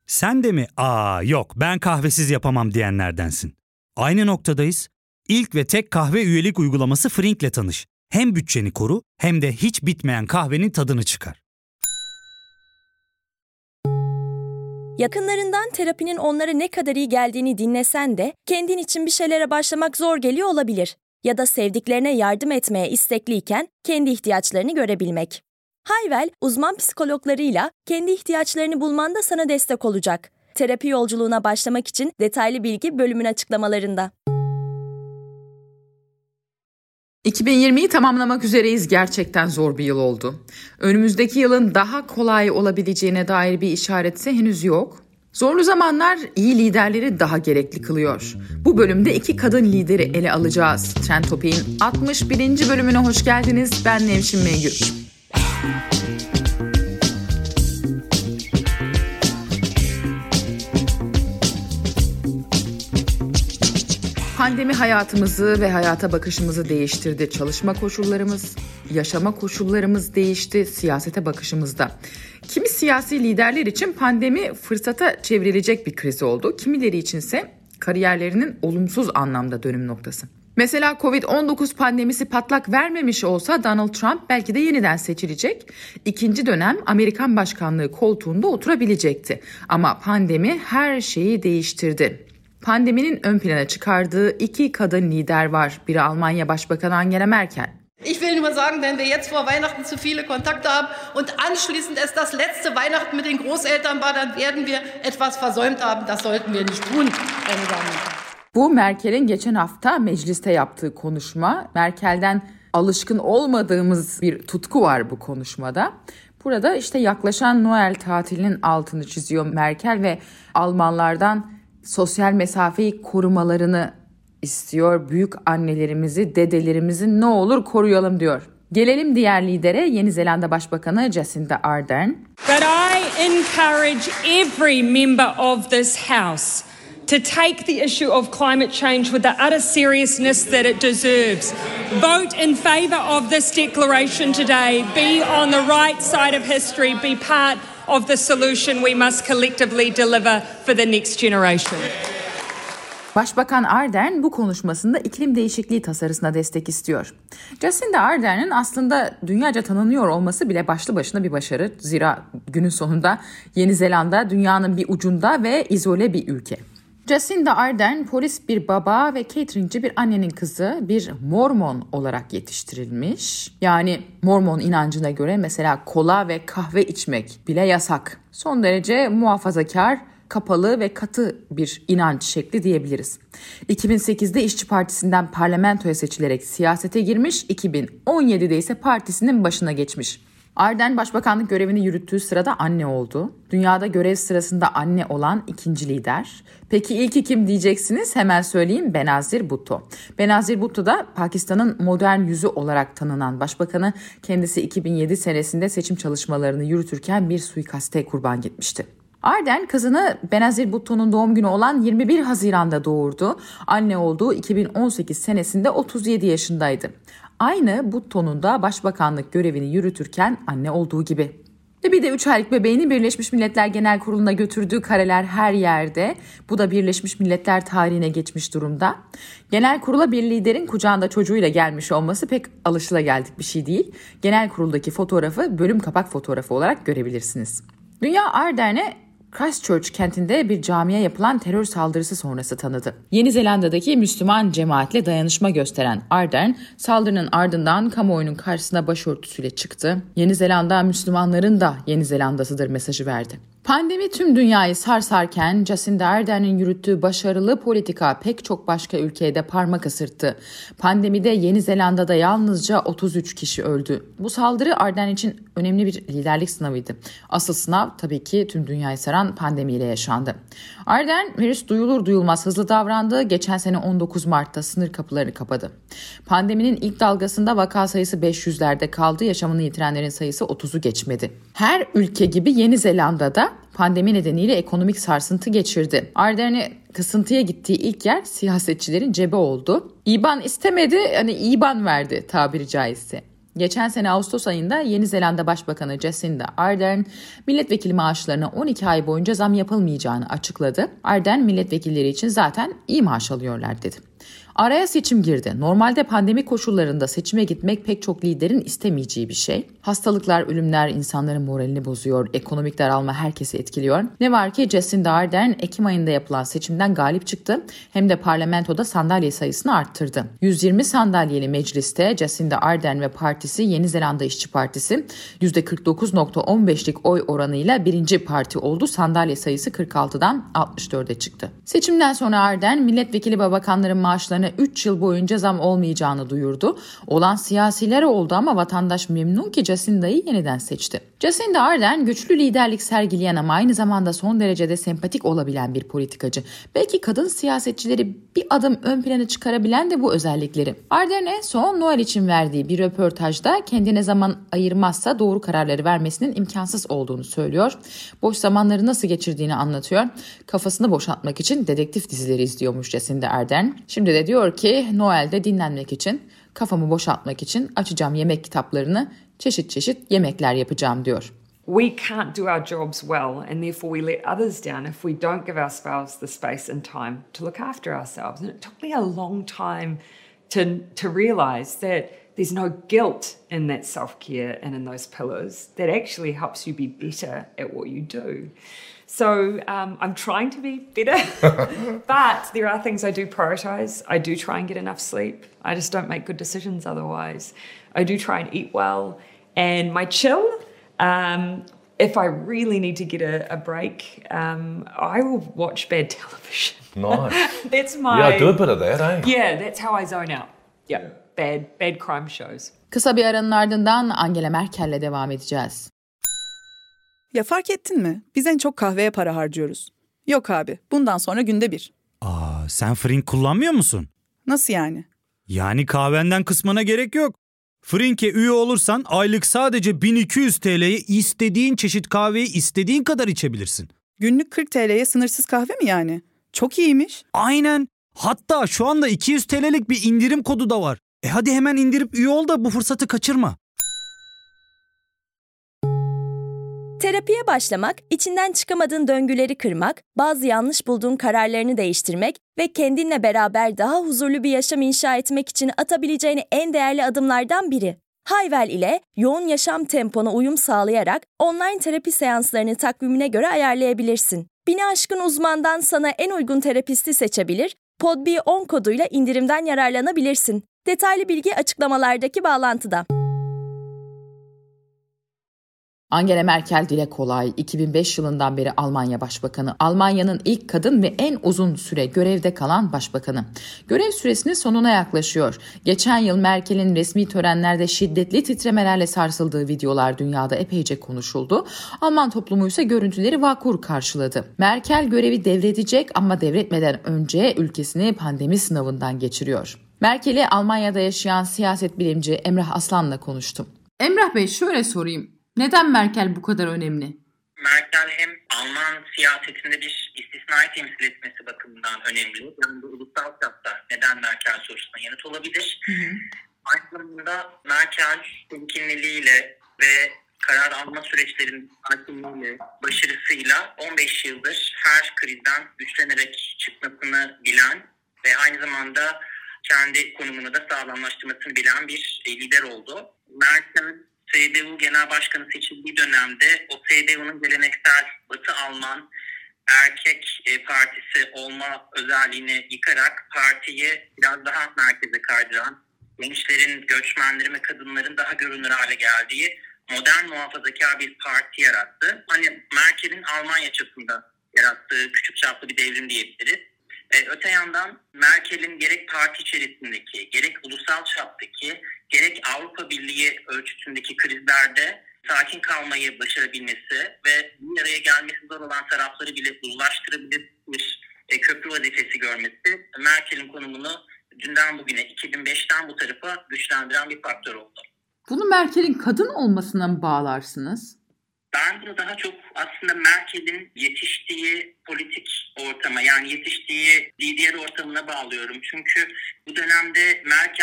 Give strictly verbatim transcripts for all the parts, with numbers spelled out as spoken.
Sen de mi "Aa yok ben kahvesiz yapamam" diyenlerdensin? Aynı noktadayız. İlk ve tek kahve üyelik uygulaması Frink'le tanış. Hem bütçeni koru hem de hiç bitmeyen kahvenin tadını çıkar. Yakınlarından terapinin onlara ne kadar iyi geldiğini dinlesen de kendin için bir şeylere başlamak zor geliyor olabilir. Ya da sevdiklerine yardım etmeye istekliyken kendi ihtiyaçlarını görebilmek. Hayvel, uzman psikologlarıyla kendi ihtiyaçlarını bulmanda sana destek olacak. Terapi yolculuğuna başlamak için detaylı bilgi bölümün açıklamalarında. iki bin yirmiyi tamamlamak üzereyiz. Gerçekten zor bir yıl oldu. Önümüzdeki yılın daha kolay olabileceğine dair bir işaretse henüz yok. Zorlu zamanlar iyi liderleri daha gerekli kılıyor. Bu bölümde iki kadın lideri ele alacağız. Trend Topik'in altmış birinci bölümüne hoş geldiniz. Ben Nevşin Mengü. Pandemi hayatımızı ve hayata bakışımızı değiştirdi. Çalışma koşullarımız, yaşama koşullarımız değişti, siyasete bakışımız da. Kimi siyasi liderler için pandemi fırsata çevrilecek bir kriz oldu. Kimileri içinse kariyerlerinin olumsuz anlamda dönüm noktası. Mesela kovid on dokuz pandemisi patlak vermemiş olsa Donald Trump belki de yeniden seçilecek. İkinci dönem Amerikan başkanlığı koltuğunda oturabilecekti. Ama pandemi her şeyi değiştirdi. Pandeminin ön plana çıkardığı iki kadın lider var. Biri Almanya Başbakanı Angela Merkel. Ich will nur sagen, wenn wir jetzt vor Weihnachten zu viele Kontakte haben und anschließend es das letzte Weihnachten mit den Großeltern war, dann werden wir etwas versäumt haben. Das sollten wir nicht tun, meine Damen und Herren. Bu Merkel'in geçen hafta mecliste yaptığı konuşma. Merkel'den alışkın olmadığımız bir tutku var bu konuşmada. Burada işte yaklaşan Noel tatilinin altını çiziyor Merkel ve Almanlardan sosyal mesafeyi korumalarını istiyor. Büyük annelerimizi, dedelerimizi ne olur koruyalım diyor. Gelelim diğer lidere, Yeni Zelanda Başbakanı Jacinda Ardern. But I encourage every member of this House to take the issue of climate change with the utter seriousness that it deserves. Vote in favour of this declaration today. Be on the right side of history. Be part of the solution we must collectively deliver for the next generation. Başbakan Ardern bu konuşmasında iklim değişikliği tasarısına destek istiyor. Jacinda Ardern'in aslında dünyaca tanınıyor olması bile başlı başına bir başarı. Zira günün sonunda Yeni Zelanda dünyanın bir ucunda ve izole bir ülke. Jacinda Ardern polis bir baba ve cateringci bir annenin kızı, bir Mormon olarak yetiştirilmiş. Yani Mormon inancına göre mesela kola ve kahve içmek bile yasak. Son derece muhafazakar, kapalı ve katı bir inanç şekli diyebiliriz. iki bin sekizde İşçi Partisi'nden parlamentoya seçilerek siyasete girmiş, iki bin on yedide ise partisinin başına geçmiş. Ardern başbakanlık görevini yürüttüğü sırada anne oldu. Dünyada görev sırasında anne olan ikinci lider. Peki ilki kim diyeceksiniz? Hemen söyleyeyim, Benazir Bhutto. Benazir Bhutto da Pakistan'ın modern yüzü olarak tanınan başbakanı. Kendisi iki bin yedi senesinde seçim çalışmalarını yürütürken bir suikaste kurban gitmişti. Ardern kızını Benazir Bhutto'nun doğum günü olan yirmi bir Haziran'da doğurdu. Anne olduğu iki bin on sekiz senesinde otuz yedi yaşındaydı. Aynı Bhutto'nun da başbakanlık görevini yürütürken anne olduğu gibi. Ve bir de üç aylık bebeğini Birleşmiş Milletler Genel Kurulu'na götürdüğü kareler her yerde. Bu da Birleşmiş Milletler tarihine geçmiş durumda. Genel Kurul'a bir liderin kucağında çocuğuyla gelmiş olması pek alışılageldik bir şey değil. Genel Kurul'daki fotoğrafı bölüm kapak fotoğrafı olarak görebilirsiniz. Dünya Ardern'e Christchurch kentinde bir camiye yapılan terör saldırısı sonrası tanıdı. Yeni Zelanda'daki Müslüman cemaatle dayanışma gösteren Ardern, saldırının ardından kamuoyunun karşısına başörtüsüyle çıktı. Yeni Zelanda Müslümanların da Yeni Zelanda'sıdır mesajı verdi. Pandemi tüm dünyayı sarsarken Jacinda Ardern'in yürüttüğü başarılı politika pek çok başka ülkeye de parmak ısırttı. Pandemide Yeni Zelanda'da yalnızca otuz üç kişi öldü. Bu saldırı Ardern için önemli bir liderlik sınavıydı. Asıl sınav tabii ki tüm dünyayı saran pandemiyle yaşandı. Ardern virüs duyulur duyulmaz hızlı davrandı. Geçen sene on dokuz Mart'ta sınır kapılarını kapadı. Pandeminin ilk dalgasında vaka sayısı beş yüzlerde kaldı. Yaşamını yitirenlerin sayısı otuzu geçmedi. Her ülke gibi Yeni Zelanda'da pandemi nedeniyle ekonomik sarsıntı geçirdi. Ardern'e kısıntıya gittiği ilk yer siyasetçilerin cebi oldu. İban istemedi, hani İban verdi tabiri caizse. Geçen sene Ağustos ayında Yeni Zelanda Başbakanı Jacinda Ardern, milletvekili maaşlarına on iki ay boyunca zam yapılmayacağını açıkladı. Ardern, milletvekilleri için zaten iyi maaş alıyorlar dedi. Araya seçim girdi. Normalde pandemi koşullarında seçime gitmek pek çok liderin istemeyeceği bir şey. Hastalıklar, ölümler insanların moralini bozuyor. Ekonomik daralma herkesi etkiliyor. Ne var ki Jacinda Ardern Ekim ayında yapılan seçimden galip çıktı. Hem de parlamentoda sandalye sayısını arttırdı. yüz yirmi sandalyeli mecliste Jacinda Ardern ve partisi Yeni Zelanda İşçi Partisi yüzde kırk dokuz virgül on beşlik oy oranıyla birinci parti oldu. Sandalye sayısı kırk altıdan altmış dörde çıktı. Seçimden sonra Ardern milletvekili ve bakanların maaşlarına üç yıl boyunca zam olmayacağını duyurdu. Olan siyasiler oldu ama vatandaş memnun ki Jacinda'yı yeniden seçti. Jacinda Ardern güçlü liderlik sergileyen ama aynı zamanda son derecede sempatik olabilen bir politikacı. Belki kadın siyasetçileri bir adım ön plana çıkarabilen de bu özellikleri. Ardern en son Noel için verdiği bir röportajda kendine zaman ayırmazsa doğru kararları vermesinin imkansız olduğunu söylüyor. Boş zamanları nasıl geçirdiğini anlatıyor. Kafasını boşaltmak için dedektif dizileri izliyormuş Jacinda Ardern. Şimdi de diyor ki Noel'de dinlenmek için, kafamı boşaltmak için açacağım yemek kitaplarını, çeşit çeşit yemekler yapacağım diyor. We can't do our jobs well and therefore we let others down if we don't give ourselves the space and time to look after ourselves. And it took me a long time to to realize that there's no guilt in that self-care and in those pillars. That actually helps you be better at what you do. So um, I'm trying to be better, but there are things I do prioritize. I do try and get enough sleep. I just don't make good decisions otherwise. I do try and eat well. And my chill, um, if I really need to get a, a break, um, I will watch bad television. Nice. That's my... Yeah, I do a bit of that, eh? Yeah, that's how I zone out. Yeah, bad, bad crime shows. Kısa bir aranın ardından Angela Merkel'le devam edeceğiz. Ya fark ettin mi? Biz en çok kahveye para harcıyoruz. Yok abi, bundan sonra günde bir. Aa, sen Frink kullanmıyor musun? Nasıl yani? Yani kahvenden kısmına gerek yok. Frink'e üye olursan aylık sadece bin iki yüz T L'ye istediğin çeşit kahveyi istediğin kadar içebilirsin. Günlük kırk T L'ye sınırsız kahve mi yani? Çok iyiymiş. Aynen. Hatta şu anda iki yüz T L'lik bir indirim kodu da var. E hadi hemen indirip üye ol da bu fırsatı kaçırma. Terapiye başlamak, içinden çıkamadığın döngüleri kırmak, bazı yanlış bulduğun kararlarını değiştirmek ve kendinle beraber daha huzurlu bir yaşam inşa etmek için atabileceğin en değerli adımlardan biri. Hayvel ile yoğun yaşam tempona uyum sağlayarak online terapi seanslarını takvimine göre ayarlayabilirsin. Bini aşkın uzmandan sana en uygun terapisti seçebilir, Pod B on koduyla indirimden yararlanabilirsin. Detaylı bilgi açıklamalardaki bağlantıda. Angela Merkel dile kolay, iki bin beş yılından beri Almanya Başbakanı. Almanya'nın ilk kadın ve en uzun süre görevde kalan başbakanı. Görev süresinin sonuna yaklaşıyor. Geçen yıl Merkel'in resmi törenlerde şiddetli titremelerle sarsıldığı videolar dünyada epeyce konuşuldu. Alman toplumu ise görüntüleri vakur karşıladı. Merkel görevi devredecek ama devretmeden önce ülkesini pandemi sınavından geçiriyor. Merkel'i Almanya'da yaşayan siyaset bilimci Emrah Aslan'la konuştum. Emrah Bey, şöyle sorayım. Neden Merkel bu kadar önemli? Merkel hem Alman siyasetinde bir istisnai temsil etmesi bakımından önemli. Yani bu ulusal çapta neden Merkel sorusuna yanıt olabilir. Hı hı. Aynı zamanda Merkel temkinliliğiyle ve karar alma süreçlerinin hakimliğiyle, başarısıyla on beş yıldır her krizden güçlenerek çıkmasını bilen ve aynı zamanda kendi konumunu da sağlamlaştırmasını bilen bir lider oldu. Merkel C D U Genel Başkanı seçildiği dönemde o C D U'nun geleneksel Batı Alman erkek partisi olma özelliğini yıkarak partiyi biraz daha merkeze kaydıran, gençlerin, göçmenlerin ve kadınların daha görünür hale geldiği modern muhafazakar bir parti yarattı. Hani Merkel'in Almanya çapında yarattığı küçük çaplı bir devrim diyebiliriz. Ee, öte yandan Merkel'in gerek parti içerisindeki, gerek ulusal çaptaki, gerek Avrupa Birliği ölçütündeki krizlerde sakin kalmayı başarabilmesi ve bir araya gelmesi zor olan tarafları bile uzlaştırabilir bir e, köprü vazifesi görmesi Merkel'in konumunu dünden bugüne, iki bin beşten bu tarafa güçlendiren bir faktör oldu. Bunu Merkel'in kadın olmasına mı bağlarsınız? Ben bunu daha çok aslında Merkel'in yetiştiği politik ortama, yani yetiştiği lider ortamına bağlıyorum. Çünkü bu dönemde Merkel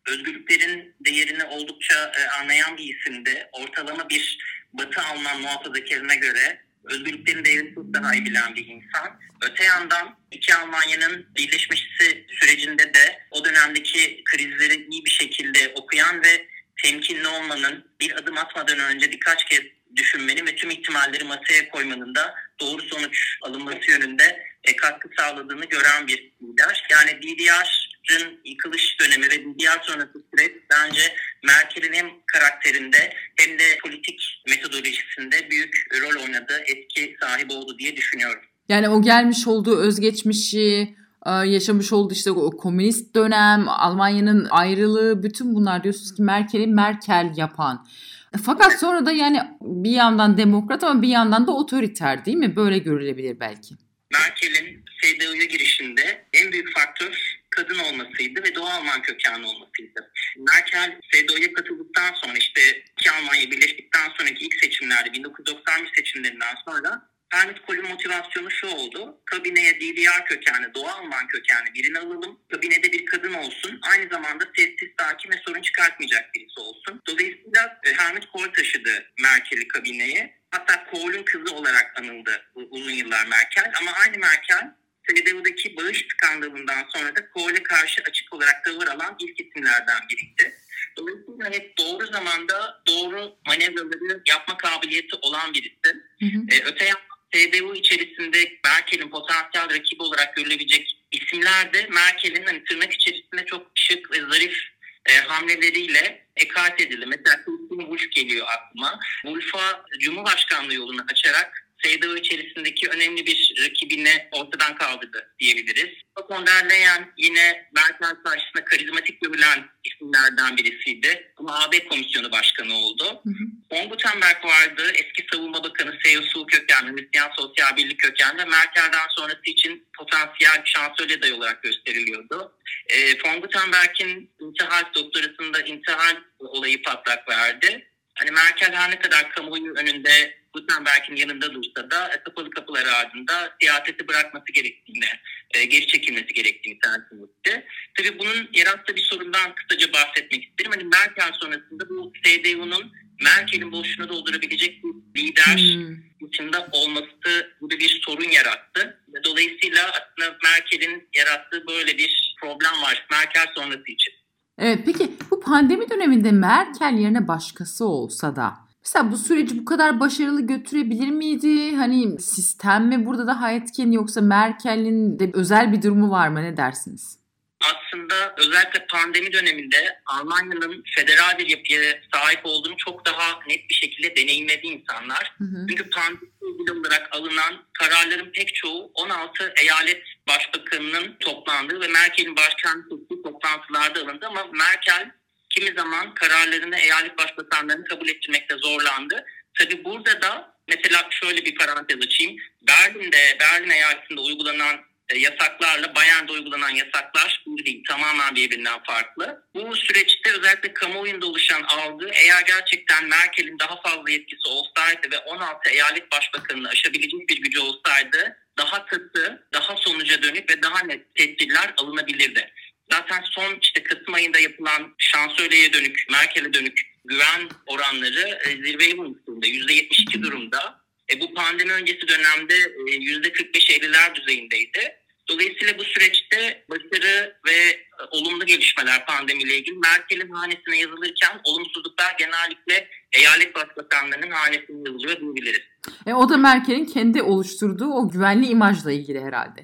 özgürlüklerin değerini oldukça e, anlayan bir isimdi. Ortalama bir Batı Alman muhafazakarına göre özgürlüklerin değerini çok daha iyi bilen bir insan. Öte yandan iki Almanya'nın birleşmesi sürecinde de o dönemdeki krizleri iyi bir şekilde okuyan ve temkinli olmanın, bir adım atmadan önce birkaç kez düşünmenin ve tüm ihtimalleri masaya koymanın da doğru sonuç alınması yönünde e, katkı sağladığını gören bir lider. Yani D D R'ın yıkılış dönemi ve D D R sonrası süreç bence Merkel'in hem karakterinde hem de politik metodolojisinde büyük rol oynadığı etki sahibi oldu diye düşünüyorum. Yani o gelmiş olduğu özgeçmişi, yaşamış olduğu işte o komünist dönem, Almanya'nın ayrılığı, bütün bunlar diyorsunuz ki Merkel'i Merkel yapan. Fakat sonra da yani bir yandan demokrat ama bir yandan da otoriter, değil mi? Böyle görülebilir belki. Merkel'in C D U'ya girişinde en büyük faktör kadın olmasıydı ve Doğu Alman kökenli olmasıydı. Merkel C D U'ya katıldıktan sonra, işte iki Almanya birleştikten sonraki ilk seçimlerde bin dokuz yüz doksan bir seçimlerinden sonra Helmut Kohl'un motivasyonu şu oldu: kabineye D D R kökenli, Doğu Alman kökenli birini alalım. Kabinede bir kadın olsun. Aynı zamanda sessiz, sakin ve sorun çıkartmayacak birisi olsun. Dolayısıyla Helmut Kohl taşıdı Merkel'i kabineye. Hatta Kohl'un kızı olarak anıldı uzun yıllar Merkel. Ama aynı Merkel C D U'daki bağış skandalından sonra da Kohl'e karşı açık olarak tavır alan ilk isimlerden biriydi. Dolayısıyla hep doğru zamanda doğru manevraları yapma kabiliyeti olan birisi. Hı hı. Ee, öte yandan C D U içerisinde Merkel'in potansiyel rakibi olarak görülebilecek isimler de Merkel'in hani tırnak içerisinde çok şık ve zarif e, hamleleriyle ekart edildi. Mesela Christine Wulff geliyor aklıma. Wulff'a Cumhurbaşkanlığı yolunu açarak C D U içerisindeki önemli bir rakibini ortadan kaldırdı diyebiliriz. Von der Leyen yine Merkel karşısında karizmatik görülen isimlerden birisiydi. Ama A B Komisyonu Başkanı oldu. Von Gutenberg vardı. Eski Savunma Bakanı, C O S U kökenli, Hristiyan Sosyal Birlik kökenli. Merkel'den sonrası için potansiyel şansölye adayı olarak gösteriliyordu. E, Von Gutenberg'in intihal doktorasında intihal olayı patlak verdi. Hani Merkel her ne kadar kamuoyu önünde Gutenberg'in yanında dursa da kapalı kapılar ardında siyaseti bırakması gerektiğini, e, geri çekilmesi gerektiğini telkin etti. Tabii bunun yarattığı bir sorundan kısaca bahsetmek isterim. Hani Merkel sonrasında bu C D U'nun Merkel'in boşluğunu doldurabilecek bir lider hmm. içinde olması gibi bir sorun yarattı. Dolayısıyla aslında Merkel'in yarattığı böyle bir problem var Merkel sonrası için. Evet, peki bu pandemi döneminde Merkel yerine başkası olsa da mesela bu süreci bu kadar başarılı götürebilir miydi? Hani sistem mi burada daha etkin, yoksa Merkel'in de özel bir durumu var mı? Ne dersiniz? Aslında özellikle pandemi döneminde Almanya'nın federal bir yapıya sahip olduğunu çok daha net bir şekilde deneyimledi insanlar. Hı hı. Çünkü pandemi ilgili olarak alınan kararların pek çoğu on altı eyalet başbakanının toplandığı ve Merkel'in başkanlık ettiği toplantılarda alındı. Ama Merkel kimi zaman kararlarını eyalet başbakanlarını kabul ettirmekte zorlandı. Tabii burada da mesela şöyle bir parantez açayım. Berlin'de, Berlin eyaletinde uygulanan yasaklarla Bayern'de uygulanan yasaklar bir değil, tamamen birbirinden farklı. Bu süreçte özellikle kamuoyunda oluşan algı, eğer gerçekten Merkel'in daha fazla yetkisi olsaydı ve on altı eyalet başbakanını aşabilecek bir gücü olsaydı daha katı, daha sonuca dönük ve daha net tedbirler alınabilirdi. Zaten son işte Kasım ayında yapılan şansölyeye dönük, Merkel'e dönük güven oranları e, zirveye bulmuş durumda. yüzde yetmiş iki durumda. E, bu pandemi öncesi dönemde e, yüzde kırk beş elliler düzeyindeydi. Dolayısıyla bu süreçte başarı ve e, olumlu gelişmeler pandemiyle ilgili Merkel'in hanesine yazılırken olumsuzluklar genellikle eyalet başbakanlarının hanesine yazılıyor diyebiliriz. E, o da Merkel'in kendi oluşturduğu o güvenli imajla ilgili herhalde.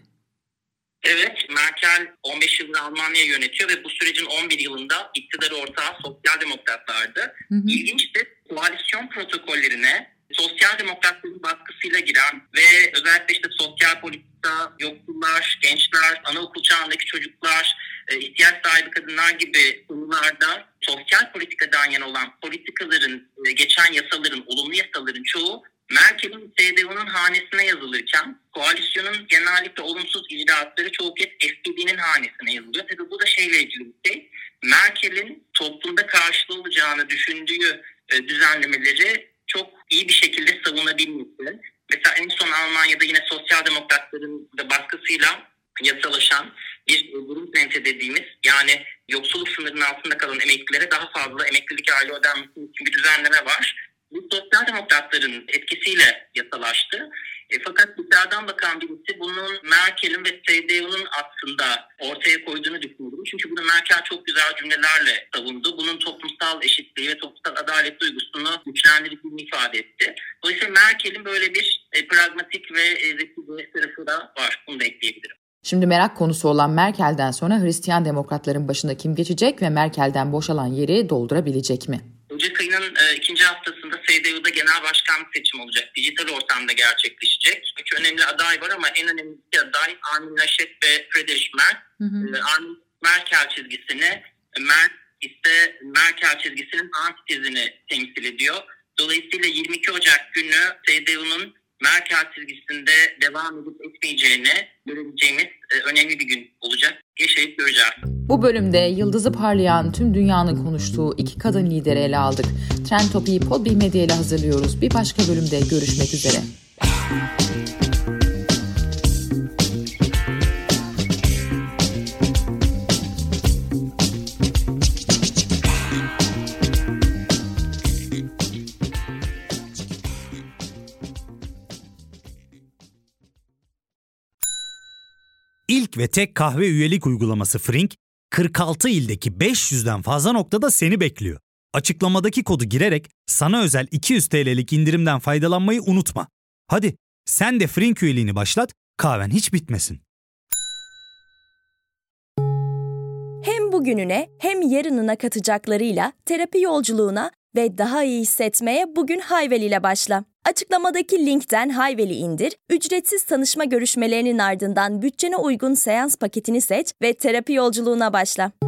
Evet, Merkel on beş yıldır Almanya'yı yönetiyor ve bu sürecin on bir yılında iktidar ortağı sosyal demokratlardı. Hı hı. İlginçti, koalisyon protokollerine sosyal demokratların baskısıyla giren ve özellikle işte sosyal politika, yoksullar, gençler, anaokul çağındaki çocuklar, ihtiyaç sahibi kadınlar gibi konularda sosyal politikadan yana olan politikaların, geçen yasaların, olumlu yasaların çoğu Merkel'in C D U'nun hanesine yazılırken koalisyonun genellikle olumsuz icraatları çoğu kez F D P'nin hanesine yazılıyor. Tabii bu da şeyle ilgili bir şey. Merkel'in toplumda karşılığı olacağını düşündüğü e, düzenlemeleri çok iyi bir şekilde savunabilmesi. Mesela en son Almanya'da yine sosyal demokratların da baskısıyla yasalaşan bir durum rente dediğimiz, yani yoksulluk sınırının altında kalan emeklilere daha fazla emeklilik aylığı ödenmesi için bir düzenleme var. Bu sosyal demokratların etkisiyle yasalaştı. E, fakat dışarıdan bakan birisi bunun Merkel'in ve C D U'nun aslında ortaya koyduğunu düşünüyorum. Çünkü bunu Merkel çok güzel cümlelerle savundu. Bunun toplumsal eşitliği ve toplumsal adalet duygusunu güçlendirdiğini ifade etti. Dolayısıyla Merkel'in böyle bir e, pragmatik ve e, zeki bir tarafı da var. Bunu da ekleyebilirim. Şimdi merak konusu olan Merkel'den sonra Hristiyan Demokratların başına kim geçecek ve Merkel'den boşalan yeri doldurabilecek mi? Ocak ayının e, ikinci haftasında C D U'da genel başkanlık seçimi olacak. Dijital ortamda gerçekleşecek. İki önemli aday var ama en önemli iki aday Armin Laschet ve Friedrich Merz. Hı hı. E, Armin Merkel çizgisini, Merz ise Merkel çizgisinin antitezini temsil ediyor. Dolayısıyla yirmi iki Ocak günü C D U'nun Merkel çizgisinde devam edip etmeyeceğini görebileceğimiz e, önemli bir gün olacak. Yaşayıp göreceğiz. Bu bölümde yıldızı parlayan, tüm dünyanın konuştuğu iki kadın lideri ele aldık. Trend Topi'yi Podbi Medya ile hazırlıyoruz. Bir başka bölümde görüşmek üzere. İlk ve tek kahve üyelik uygulaması Frink, kırk altı ildeki beş yüzden fazla noktada seni bekliyor. Açıklamadaki kodu girerek sana özel iki yüz TL'lik indirimden faydalanmayı unutma. Hadi sen de Frink üyeliğini başlat, kahven hiç bitmesin. Hem bugününe hem yarınına katacaklarıyla terapi yolculuğuna ve daha iyi hissetmeye bugün Hayvel ile başla. Açıklamadaki linkten Hayvel'i indir, ücretsiz tanışma görüşmelerinin ardından bütçene uygun seans paketini seç ve terapi yolculuğuna başla.